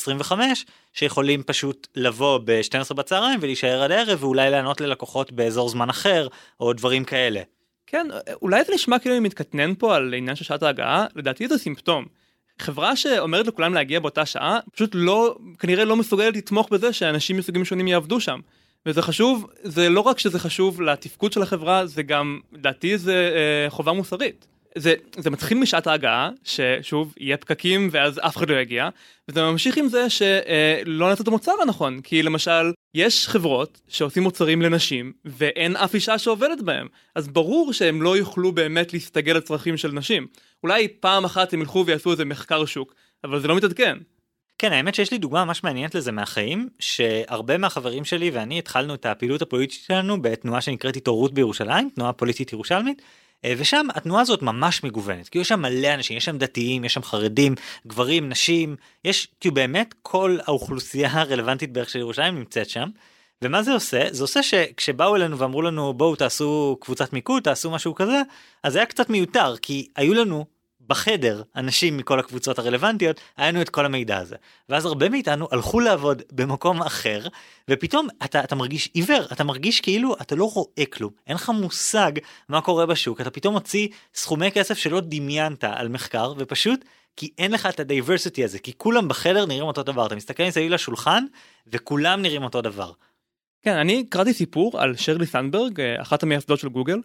25 שיכולים פשוט לבוא ב-12 בצהריים ולהישאר עד הערב ואולי לענות ללקוחות באזור זמן אחר או דברים כאלה. כן, אולי זה נשמע כאילו אני מתקטנן פה על עניין של שעת ההגעה, לדעתי זה סימפטום. חברה שאומרת לכולם להגיע באותה שעה, פשוט לא, כנראה לא מסוגלת לתמוך בזה שאנשים מסוגים שונים יעבדו שם. וזה חשוב, זה לא רק שזה חשוב לתפקוד של החברה, זה גם, לדעתי זה חובה מוסרית. זה מתחיל משעת ההגעה, ששוב, יהיה פקקים ואז אף אחד לא יגיע, וזה ממשיך עם זה שלא נעשה את המוצר הנכון, כי למשל, יש חברות שעושים מוצרים לנשים, ואין אף אישה שעובדת בהם, אז ברור שהם לא יוכלו באמת להסתגל לצרכים של נשים. אולי פעם אחת הם ילכו ויעשו איזה מחקר שוק, אבל זה לא מתעדכן. כן, האמת שיש לי דוגמה ממש מעניינת לזה מהחיים, שהרבה מהחברים שלי ואני התחלנו את הפעילות הפוליטית שלנו בתנועה שנקראת התעוררות בירושלים, תנועה פוליטית ירושלמית, ושם התנועה הזאת ממש מגוונת, כי יש שם מלא אנשים, יש שם דתיים, יש שם חרדים, גברים, נשים, יש כאילו באמת כל האוכלוסייה הרלוונטית בערך של ירושלים נמצאת שם, ומה זה עושה? זה עושה שכשבאו אלינו ואמרו לנו בואו תעשו קבוצת מיקוד, תעשו משהו כזה, אז זה היה קצת מיותר, כי היו לנו בחדר אנשים מכל הקבוצות הרלוונטיות, היה לנו את כל המידע הזה. ואז הרבה מאיתנו הלכו לעבוד במקום אחר, ופתאום אתה מרגיש עיוור, אתה מרגיש כאילו אתה לא רואה כלום, אין לך מושג מה קורה בשוק, אתה פתאום מוציא סכומי כסף שלא דמיינת על מחקר, ופשוט כי אין לך את הדייברסיטי הזה, כי כולם בחדר נראים אותו דבר, אתה מסתכל מסביב לשולחן, וכולם נראים אותו דבר. כן, אני קראתי סיפור על שרלי סנדברג, אחת המייסדות של גוגל,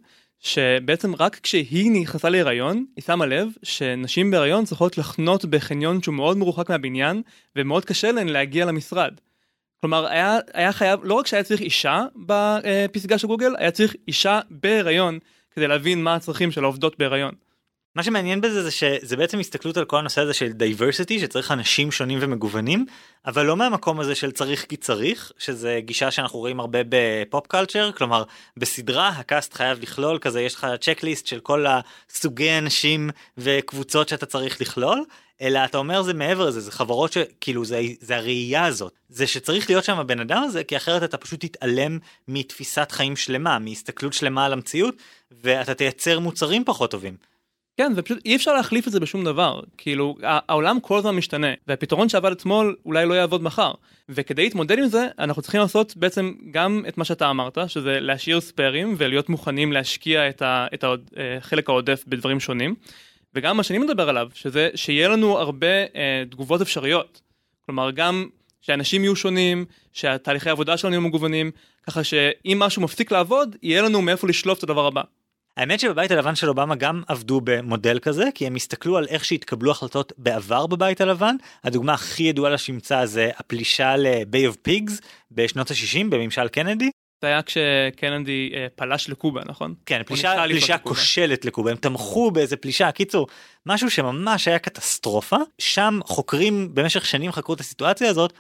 שבעצם רק כשהיא נכנסה להיריון, היא שמה לב שנשים בהיריון צריכות לחנות בחניון שהוא מאוד מרוחק מהבניין, ומאוד קשה להן להגיע למשרד. כלומר, היה חייב, לא רק שהיה צריך אישה בפסגה של גוגל, היה צריך אישה בהיריון, כדי להבין מה הצרכים של העובדות בהיריון. מה שמעניין בזה זה שזה בעצם הסתכלות על כל הנושא הזה של diversity, שצריך אנשים שונים ומגוונים, אבל לא מהמקום הזה של צריך כי צריך, שזה גישה שאנחנו רואים הרבה בפופ קלצ'ר, כלומר בסדרה הקאסט חייב לכלול כזה, יש לך צ'קליסט של כל הסוגי אנשים וקבוצות שאתה צריך לכלול, אלא אתה אומר זה מעבר לזה, זה חברות שכאילו זה הראייה הזאת, זה שצריך להיות שם הבן אדם הזה, כי אחרת אתה פשוט תתעלם מתפיסת חיים שלמה, מהסתכלות שלמה על המציאות, ואתה תייצר מוצרים פחות טובים. כן, ופשוט אי אפשר להחליף את זה בשום דבר. כאילו, העולם כל הזמן משתנה, והפתרון שעבד אתמול אולי לא יעבוד מחר. וכדי להתמודד עם זה, אנחנו צריכים לעשות בעצם גם את מה שאתה אמרת, שזה להשאיר ספיירים ולהיות מוכנים להשקיע את החלק העודף בדברים שונים. וגם מה שאני מדבר עליו, שזה שיהיה לנו הרבה תגובות אפשריות. כלומר, גם שאנשים יהיו שונים, שהתהליכי העבודה שלנו יהיו מגוונים, ככה שאם משהו מפסיק לעבוד, יהיה לנו מאיפה לשלוף את הדבר הבא. האמת שבבית הלבן של אובמה גם עבדו במודל כזה, כי הם הסתכלו על איך שהתקבלו החלטות בעבר בבית הלבן. הדוגמה הכי ידועה לשמצה זה הפלישה ל-Bay of Pigs בשנות ה-60 בממשל קנדי. זה היה כשקנדי פלש לקובה, נכון? כן, פלישה כושלת לקובה. הם תמכו באיזה פלישה, קיצור, משהו שממש היה קטסטרופה. שם חוקרים במשך שנים חקרו את הסיטואציה הזאת,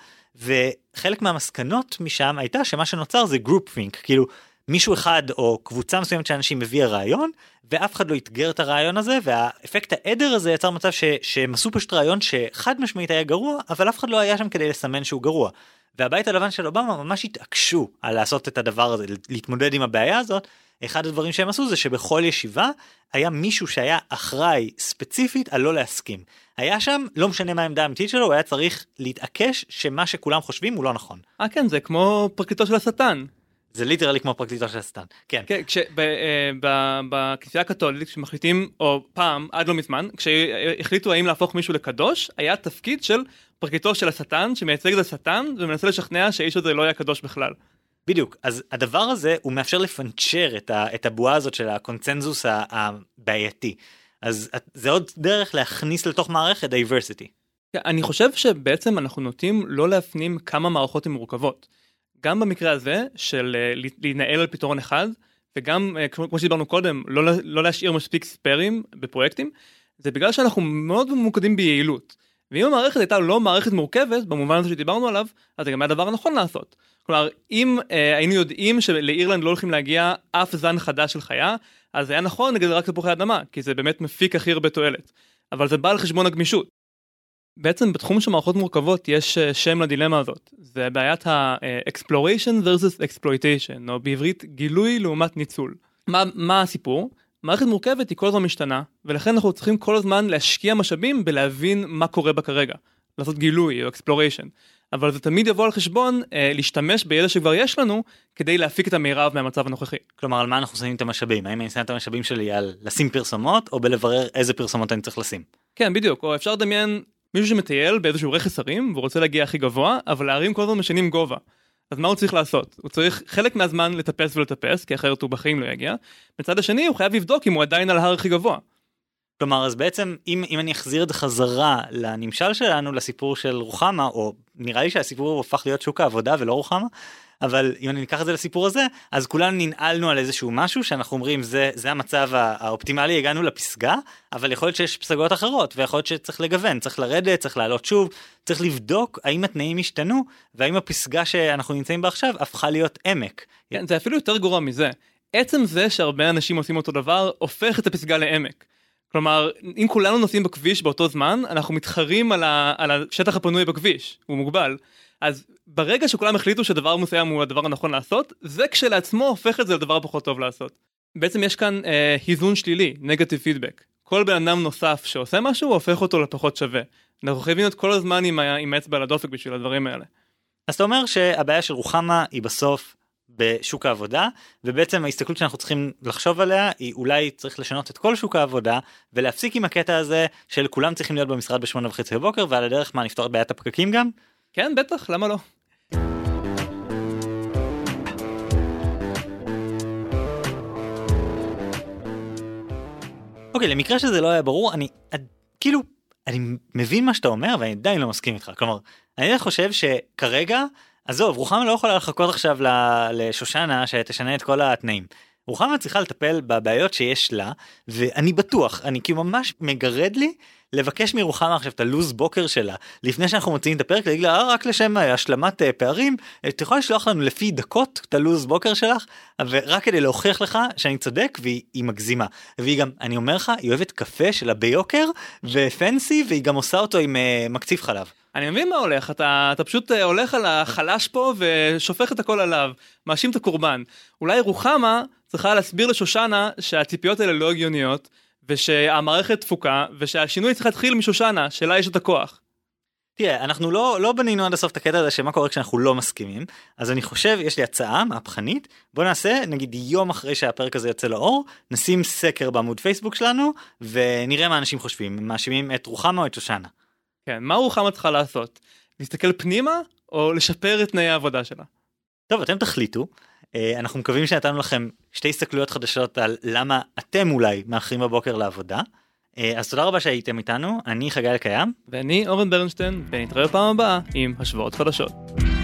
וחלק מהמסקנות משם הייתה שמה שנוצר זה גרופ פינק, כאילו מישהו אחד או קבוצה מסוימת שאנשים הביאה רעיון, ואף אחד לא יתגר את הרעיון הזה, והאפקט העדר הזה יצר מצב שהם עשו פשוט רעיון שחד משמעית היה גרוע, אבל אף אחד לא היה שם כדי לסמן שהוא גרוע. והבית הלבן של אובמה ממש התעקשו על לעשות את הדבר הזה, להתמודד עם הבעיה הזאת. אחד הדברים שהם עשו זה שבכל ישיבה היה מישהו שהיה אחראי ספציפית על לא להסכים. היה שם, לא משנה מה העמדה האמיתית שלו, הוא היה צריך להתעקש שמה שכולם חושבים הוא לא נכון. כן, זה כמו פרקליטו של השטן. זה ליטרלי כמו פרקליטו של השטן, כן. כן, בכנסייה הקתולית, כשמחליטים, או פעם, עד לא מזמן, כשהחליטו האם להפוך מישהו לקדוש, היה תפקיד של פרקליטו של השטן, שמייצג את השטן, ומנסה לשכנע שהאיש הזה לא היה קדוש בכלל. בדיוק, אז הדבר הזה, הוא מאפשר לפנצ'ר את הבועה הזאת של הקונצנזוס הבעייתי. אז זה עוד דרך להכניס לתוך מערכת diversity. אני חושב שבעצם אנחנו נוטים לא להפנים כמה מערכות הן מורכבות. גם במקרה הזה של להנהל על פתרון אחד, וגם כמו שדיברנו קודם, לא להשאיר מספיק ספיירים בפרויקטים, זה בגלל שאנחנו מאוד ממוקדים ביעילות. ואם המערכת הייתה לא מערכת מורכבת, במובן הזה שדיברנו עליו, אז זה גם היה הדבר הנכון לעשות. כלומר, אם היינו יודעים שלאירלנד לא הולכים להגיע אף זן חדש של חיה, אז היה נכון לגדל רק תפוחי אדמה, כי זה באמת מפיק הכי הרבה תועלת. אבל זה בא על חשבון הגמישות. בעצם בתחום של מערכות מורכבות יש שם לדילמה הזאת. זה בעיית ה-exploration versus exploitation, או בעברית גילוי לעומת ניצול. מה הסיפור? מערכת מורכבת היא כל הזמן משתנה, ולכן אנחנו צריכים כל הזמן להשקיע משאבים בלהבין מה קורה בה כרגע. לעשות גילוי או exploration. אבל זה תמיד יבוא על חשבון להשתמש בידע שכבר יש לנו, כדי להפיק את המירב מהמצב הנוכחי. כלומר, על מה אנחנו שמים את המשאבים? האם אני שם את המשאבים שלי על לשים פרסומות, או בלברר איזה פרסומות אני צריך לשים? כן, בדיוק. או אפשר לדמיין מישהו שמטייל באיזשהו רכס הרים, והוא רוצה להגיע הכי גבוה, אבל ההרים כל הזמן משנים גובה. אז מה הוא צריך לעשות? הוא צריך חלק מהזמן לטפס ולטפס, כי אחרת הוא בחיים לא יגיע. מצד השני, הוא חייב לבדוק אם הוא עדיין על ההר הכי גבוה. כלומר, אז בעצם, אם אני אחזיר את זה חזרה לנמשל שלנו, לסיפור של רוחמה, או נראה לי שהסיפור הופך להיות שוק העבודה ולא רוחמה, אבל אם אני אקח את זה לסיפור הזה, אז כולנו ננעלנו על איזשהו משהו, שאנחנו אומרים, זה המצב האופטימלי, הגענו לפסגה, אבל יכול להיות שיש פסגות אחרות, ויכול להיות שצריך לגוון, צריך לרדת, צריך לעלות שוב, צריך לבדוק האם התנאים השתנו, והאם הפסגה שאנחנו נמצאים בה עכשיו, הפכה להיות עמק. כן, זה אפילו יותר גרוע מזה. עצם זה שהרבה אנשים עושים אותו דבר, הופך את הפסגה לעמק. כלומר, אם כולנו נוסעים בכביש באותו זמן, אנחנו מתחרים על השטח הפנוי בכביש, הוא מוגבל. אז ברגע שכולם החליטו שדבר מסוים הוא הדבר הנכון לעשות, זה כשלעצמו הופך את זה לדבר פחות טוב לעשות. בעצם יש כאן היזון שלילי, negative feedback. כל בן אדם נוסף שעושה משהו, הוא הופך אותו לפחות שווה. אנחנו חייבים להיות כל הזמן עם האצבע על הדופק בשביל הדברים האלה. אז אתה אומר שהבעיה של רוחמה היא בסוף בשוק העבודה, ובעצם ההסתכלות שאנחנו צריכים לחשוב עליה, היא אולי צריך לשנות את כל שוק העבודה, ולהפסיק עם הקטע הזה של כולם צריכים להיות במשרד ב8:30 בבוקר, ועל הדרך מה, נפתור את בעיית הפקקים גם? כן, בטח, למה לא? אוקיי, למקרה שזה לא היה ברור, אני מבין מה שאתה אומר, ואני עדיין לא מסכים איתך. כלומר, אני חושב שכרגע, עזוב, רוחמה לא יכולה לחכות עכשיו לשושנה שתשנה את כל התנאים. רוחמה צריכה לטפל בבעיות שיש לה, ואני בטוח, אני כאילו ממש מגרד לי לבקש מרוחמה עכשיו את הלוז בוקר שלה, לפני שאנחנו מוצאים את הפרק, להגיד לה, רק לשם השלמת פערים, את יכולה לשלוח לנו לפי דקות את הלוז בוקר שלך, ורק כדי להוכיח לך שאני צודק, והיא מגזימה. והיא גם, אני אומר לך, היא אוהבת קפה שלה ביוקר, ופנסי, והיא גם עושה אותו עם מקציף חלב. אני מבין מה הולך, אתה פשוט הולך על החלש פה ושופך את הכל עליו, מאשים את הקורבן. אולי רוחמה צריכה להסביר לשושנה שהציפיות האלה לא הגיוניות, ושהמערכת תפוקה, ושהשינוי צריך להתחיל משושנה, שלה יש את הכוח. תראה, אנחנו לא בנינו עד הסוף את הקטע הזה שמה קורה כשאנחנו לא מסכימים, אז אני חושב, יש לי הצעה מהפכנית, בוא נעשה, נגיד יום אחרי שהפרק הזה יוצא לאור, נשים סקר בעמוד פייסבוק שלנו, ונראה מה אנשים חושבים, מאשימים את רוחמה או את שושנה. כן, מה רוחמה צריכה לעשות? להסתכל פנימה, או לשפר את תנאי העבודה שלה? טוב, אתם תחליטו. אנחנו מקווים שנתנו לכם שתי הסתכלויות חדשות על למה אתם אולי מאחרים בבוקר לעבודה. אז תודה רבה שהייתם איתנו, אני חגי אלקיים. ואני אורן ברנשטיין, ונתראה פעם הבאה עם השוואות חדשות.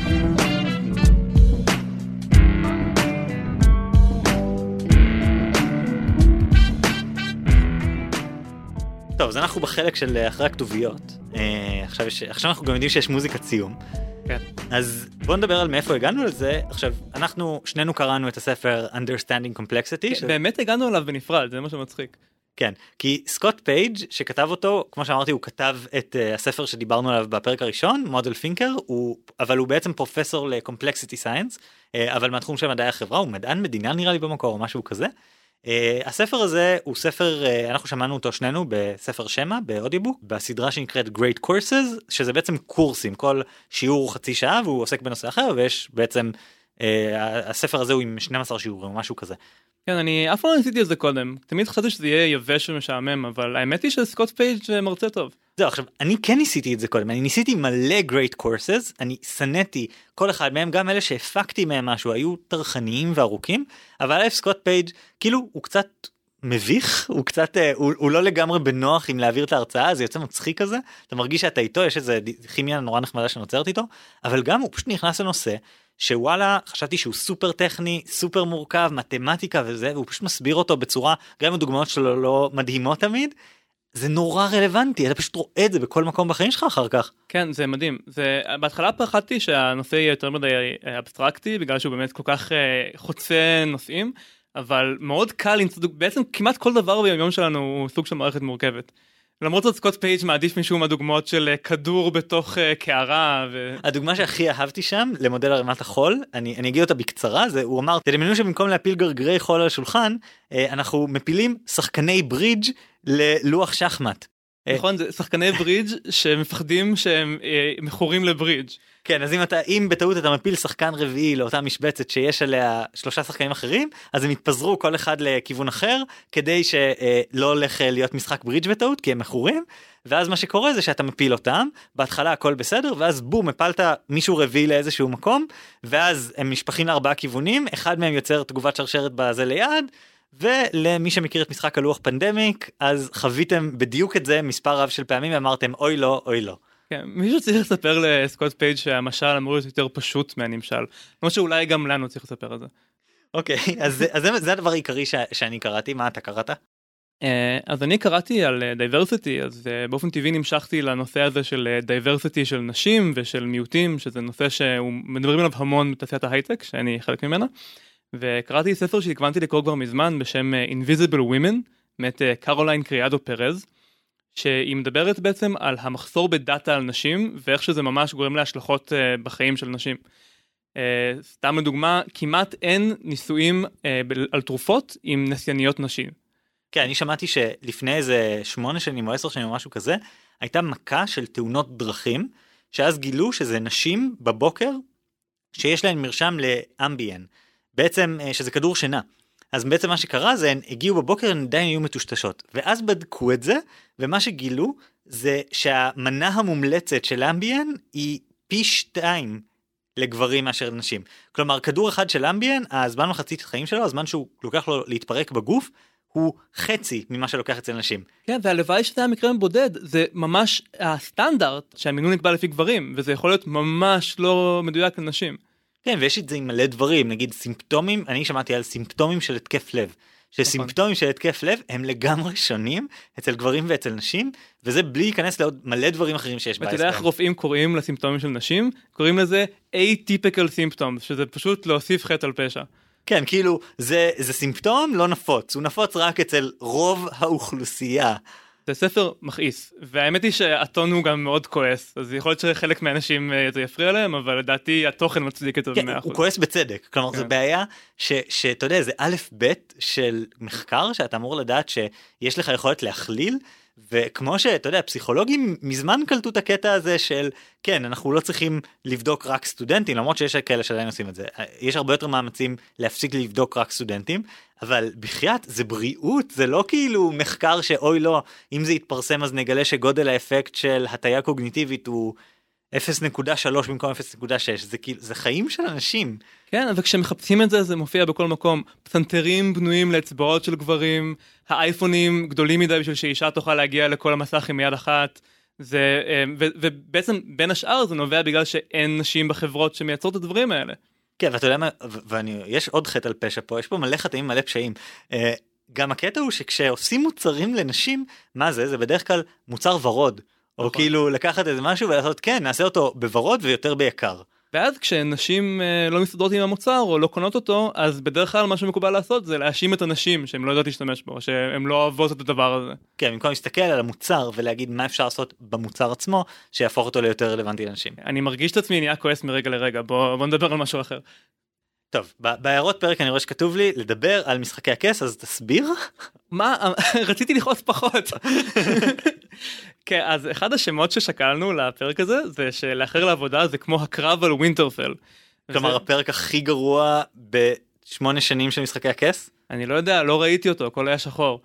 טוב, אז אנחנו בחלק של אחרי הכתוביות. עכשיו אנחנו גם יודעים שיש מוזיקת סיום. כן. אז בואו נדבר על מאיפה הגענו לזה. עכשיו, אנחנו שנינו קראנו את הספר Understanding Complexity. באמת הגענו אליו בנפרד, זה מה שמצחיק. כן, כי סקוט פייג' שכתב אותו, כמו שאמרתי, הוא כתב את הספר שדיברנו עליו בפרק הראשון, מודל פינקר, אבל הוא בעצם פרופסור ל-Complexity Science, אבל מהתחום של מדעי החברה, הוא מדען מדינה נראה לי במקור או משהו כזה. הספר הזה הוא ספר, אנחנו שמענו אותו שנינו בספר שמה, באודיובוק, בסדרה שנקראת Great Courses, שזה בעצם קורסים, כל שיעור חצי שעה, והוא עוסק בנושא אחר, ויש בעצם, הספר הזה הוא עם 12 שיעורים, משהו כזה. כן, אני אף פעם לא ניסיתי את זה קודם, תמיד חשבתי שזה יהיה יבש ומשעמם, אבל האמת היא שסקוט פייג' מרצה טוב. זהו, עכשיו, אני כן ניסיתי את זה קודם, אני ניסיתי מלא Great Courses, אני סנתי כל אחד מהם, גם אלה שהפקתי מהם משהו, היו טרחניים וארוכים, אבל אלף סקוט פייג' כאילו הוא קצת מביך, הוא קצת, הוא לא לגמרי בנוח עם להעביר את ההרצאה, זה יוצא מצחיק כזה, אתה מרגיש שאתה איתו, יש איזה כימיה נורא נחמדה שנוצרת איתו, אבל גם הוא פשוט נכנס לנושא, שוואלה, חשבתי שהוא סופר טכני, סופר מורכב, מתמטיקה וזה, והוא פשוט מסביר אותו בצורה, גם הדוגמאות שלו לא מדהימות תמיד, זה נורא רלוונטי, אתה פשוט רואה את זה בכל מקום בחיים שלך אחר כך. כן, זה מדהים. בהתחלה פחדתי שהנושא יהיה יותר מדי אבסטרקטי, בגלל שהוא באמת כל כך חוצה נושאים, אבל מאוד קל, בעצם כמעט כל דבר ביום שלנו הוא סוג של מערכת מורכבת. למרות זאת סקוט פייג' מעדיף משום הדוגמאות של כדור בתוך קערה. הדוגמה שהכי אהבתי שם למודל ערימת החול, אני אגיד אותה בקצרה, הוא אמר, תדמיינו שבמקום להפיל גרגרי חול על השולחן, אנחנו מפילים שחקני ברידג' ללוח שחמט. נכון, זה שחקני ברידג' שמפחדים שהם מכורים לברידג'. כן, אז אם בטעות אתה מפיל שחקן רביעי לאותה משבצת שיש עליה 3 שחקנים אחרים, אז הם יתפזרו כל אחד לכיוון אחר, כדי שלא הולך להיות משחק ברידג' בטעות, כי הם מכורים, ואז מה שקורה זה שאתה מפיל אותם, בהתחלה הכל בסדר, ואז בום, הפלת מישהו רביעי לאיזשהו מקום, ואז הם משפחים ל4 כיוונים, אחד מהם יוצר תגובת שרשרת בזה ליד, ולמי שמכיר את משחק הלוח פנדמיק, אז חוויתם בדיוק את זה מספר רב של פעמים, ואמרתם אוי לא, אוי לא. כן, מישהו צריך לספר לסקוט פייג' שהמשל אמור להיות יותר פשוט מהנמשל. כמו שאולי גם לנו צריך לספר על זה. אוקיי, אז זה הדבר העיקרי שאני קראתי. מה אתה קראת? אז אני קראתי על דייברסיטי, אז באופן טבעי נמשכתי לנושא הזה של דייברסיטי של נשים ושל מיעוטים, שזה נושא שמדברים עליו המון בתעשיית ההייטק, שאני חלק ממנה. וקראתי ספר שהתכוונתי לקרוא כבר מזמן בשם Invisible Women, מאת קרוליין קריאדו פרז, שהיא מדברת בעצם על המחסור בדאטה על נשים, ואיך שזה ממש גורם להשלכות בחיים של נשים. סתם לדוגמה, כמעט אין ניסויים על תרופות עם נסייניות נשים. כן, אני שמעתי שלפני איזה 8 שנים או 10 שנים או משהו כזה, הייתה מכה של תאונות דרכים, שאז גילו שזה נשים בבוקר, שיש להן מרשם לאמביאן. בעצם שזה כדור שינה. אז בעצם מה שקרה זה הן הגיעו בבוקר, הן עדיין היו מטושטשות. ואז בדקו את זה, ומה שגילו זה שהמנה המומלצת של אמביאן היא פי 2 לגברים מאשר לנשים. כלומר, כדור אחד של אמביאן, הזמן מחצית החיים שלו, הזמן שהוא לוקח לו להתפרק בגוף, הוא חצי ממה שלוקח אצל נשים. כן, והלוואי שזה היה מקרה בודד, זה ממש הסטנדרט שהמינון נקבע לפי גברים, וזה יכול להיות ממש לא מדויק לנשים. כן, ויש את זה עם מלא דברים, נגיד סימפטומים, אני שמעתי על סימפטומים של התקף לב, שסימפטומים של התקף לב הם לגמרי שונים אצל גברים ואצל נשים, וזה בלי להיכנס לעוד מלא דברים אחרים שיש באספן. ואתה יודע איך רופאים קוראים לסימפטומים של נשים? קוראים לזה atypical symptoms, שזה פשוט להוסיף חטא על פשע. כן, כאילו, זה סימפטום לא נפוץ, הוא נפוץ רק אצל רוב האוכלוסייה. זה ספר מכעיס, והאמת היא שהטון הוא גם מאוד כועס, אז יכול להיות שחלק מהאנשים זה יפריע להם, אבל לדעתי התוכן מצדיק את זה ב-100%. הוא כועס בצדק, כלומר זו בעיה שאתה יודע, זה א' ב' של מחקר, שאתה אמור לדעת שיש לך יכולת להכליל, וכמו שאתה יודע, פסיכולוגים מזמן קלטו את הקטע הזה של, כן, אנחנו לא צריכים לבדוק רק סטודנטים, למרות שיש כאלה שעדיין עושים את זה. יש הרבה יותר מאמצים להפסיק לבדוק רק סטודנטים, אבל בחייאת, זה בריאות, זה לא כאילו מחקר שאוי לא, אם זה יתפרסם אז נגלה שגודל האפקט של הטיה קוגניטיבית הוא 0.3 במקום 0.6, זה חיים של אנשים. כן, וכשמחפשים את זה, זה מופיע בכל מקום. פסנתרים בנויים לאצבעות של גברים, האייפונים גדולים מדי בשביל שאישה תוכל להגיע לכל המסך עם יד אחת, ובעצם בין השאר זה נובע בגלל שאין נשים בחברות שמייצרות את הדברים האלה. כן, ואתה יודע מה, יש עוד חטא על פשע פה, יש פה מלא חטאים, מלא פשעים. גם הקטע הוא שכשעושים מוצרים לנשים, מה זה? זה בדרך כלל מוצר ורוד. או כאילו לקחת איזה משהו ולעשות, כן, נעשה אותו בוורוד ויותר ביקר. ואז כשנשים לא מסתדרות עם המוצר או לא קונות אותו, אז בדרך כלל מה שמקובל לעשות זה להאשים את הנשים שהן לא יודעות להשתמש בו, שהן לא אוהבות את הדבר הזה. כן, במקום להסתכל על המוצר ולהגיד מה אפשר לעשות במוצר עצמו, שיהפוך אותו ליותר רלוונטי לאנשים. אני מרגיש את עצמי נהיה כועס מרגע לרגע, בוא נדבר על משהו אחר. טוב, בהערות פרק אני רואה שכתוב לי לדבר על משחקי הכס, אז תסביר. מה? רציתי לכעוס פחות. כן, אז אחד השמות ששקלנו לפרק הזה, זה שלאחר לעבודה זה כמו הקרב על ווינטרפל. כלומר, הפרק הכי גרוע ב8 שנים של משחקי הכס? אני לא יודע, לא ראיתי אותו, הכל היה שחור.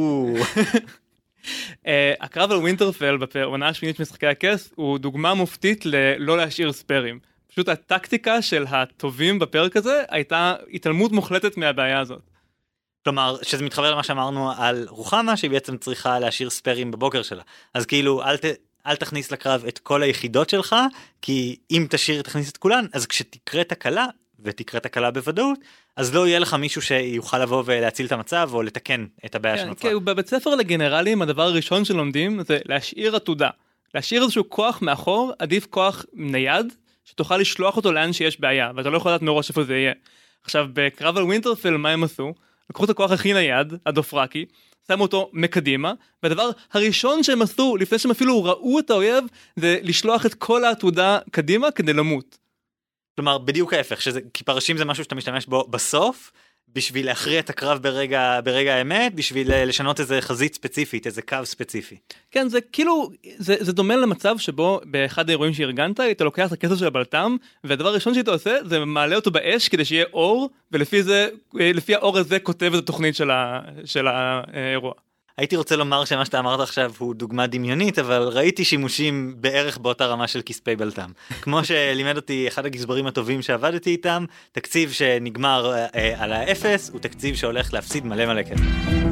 הקרב על ווינטרפל בעונה השמינית של משחקי הכס, הוא דוגמה מופתית ללא להשאיר ספרים. פשוט הטקטיקה של הטובים בפרק הזה הייתה התעלמות מוחלטת מהבעיה הזאת. כלומר, שזה מתחבר למה שאמרנו על רוחמה, שהיא בעצם צריכה להשאיר ספרים בבוקר שלה. אז כאילו, אל תכניס לקרב את כל היחידות שלך, כי אם תכניס את כולן, אז כשתקרה תקלה, ותקרה תקלה בוודאות, אז לא יהיה לך מישהו שיוכל לבוא ולהציל את המצב, או לתקן את הבעיה שנוצרה. כן, בבית ספר לגנרלים, הדבר הראשון שלומדים, זה להשאיר עתודה. להשאיר איזשהו כוח מאחור, עדיף כוח נייד, שתוכל לשלוח אותו לאן שיש בעיה, ואתה לא יכול לדעת מראש איפה זה יהיה. עכשיו, בקרב על ווינטרפל, מה הם עשו? לקחו את הכוח הכי נייד, הדופרקי, שמו אותו מקדימה, והדבר הראשון שהם עשו, לפני שהם אפילו ראו את האויב, זה לשלוח את כל העתודה קדימה כדי למות. כלומר, בדיוק ההפך, כי פרשים זה משהו שאתה משתמש בו בסוף, בשביל להכריע את הקרב ברגע האמת, בשביל לשנות איזה חזית ספציפית, איזה קו ספציפי. כן, זה כאילו, זה דומה למצב שבו באחד האירועים שארגנת, אתה לוקח את הכסף של הבלטם, והדבר הראשון שאתה עושה, זה מעלה אותו באש כדי שיהיה אור, ולפי האור הזה כותב את התוכנית של האירוע. הייתי רוצה לומר שמה שאתה אמרת עכשיו הוא דוגמה דמיונית, אבל ראיתי שימושים בערך באותה רמה של כספי בלטם. כמו שלימד אותי אחד הגזברים הטובים שעבדתי איתם, תקציב שנגמר על האפס, הוא תקציב שהולך להפסיד מלא כסף.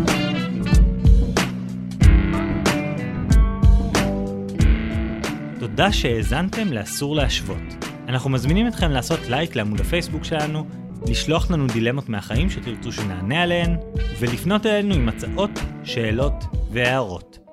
תודה שהאזנתם לאסור להשוות. אנחנו מזמינים אתכם לעשות לייק לעמוד הפייסבוק שלנו, לשלוח לנו דילמות מהחיים שתרצו שנענה עליהן, ולפנות אלינו עם הצעות, שאלות והערות.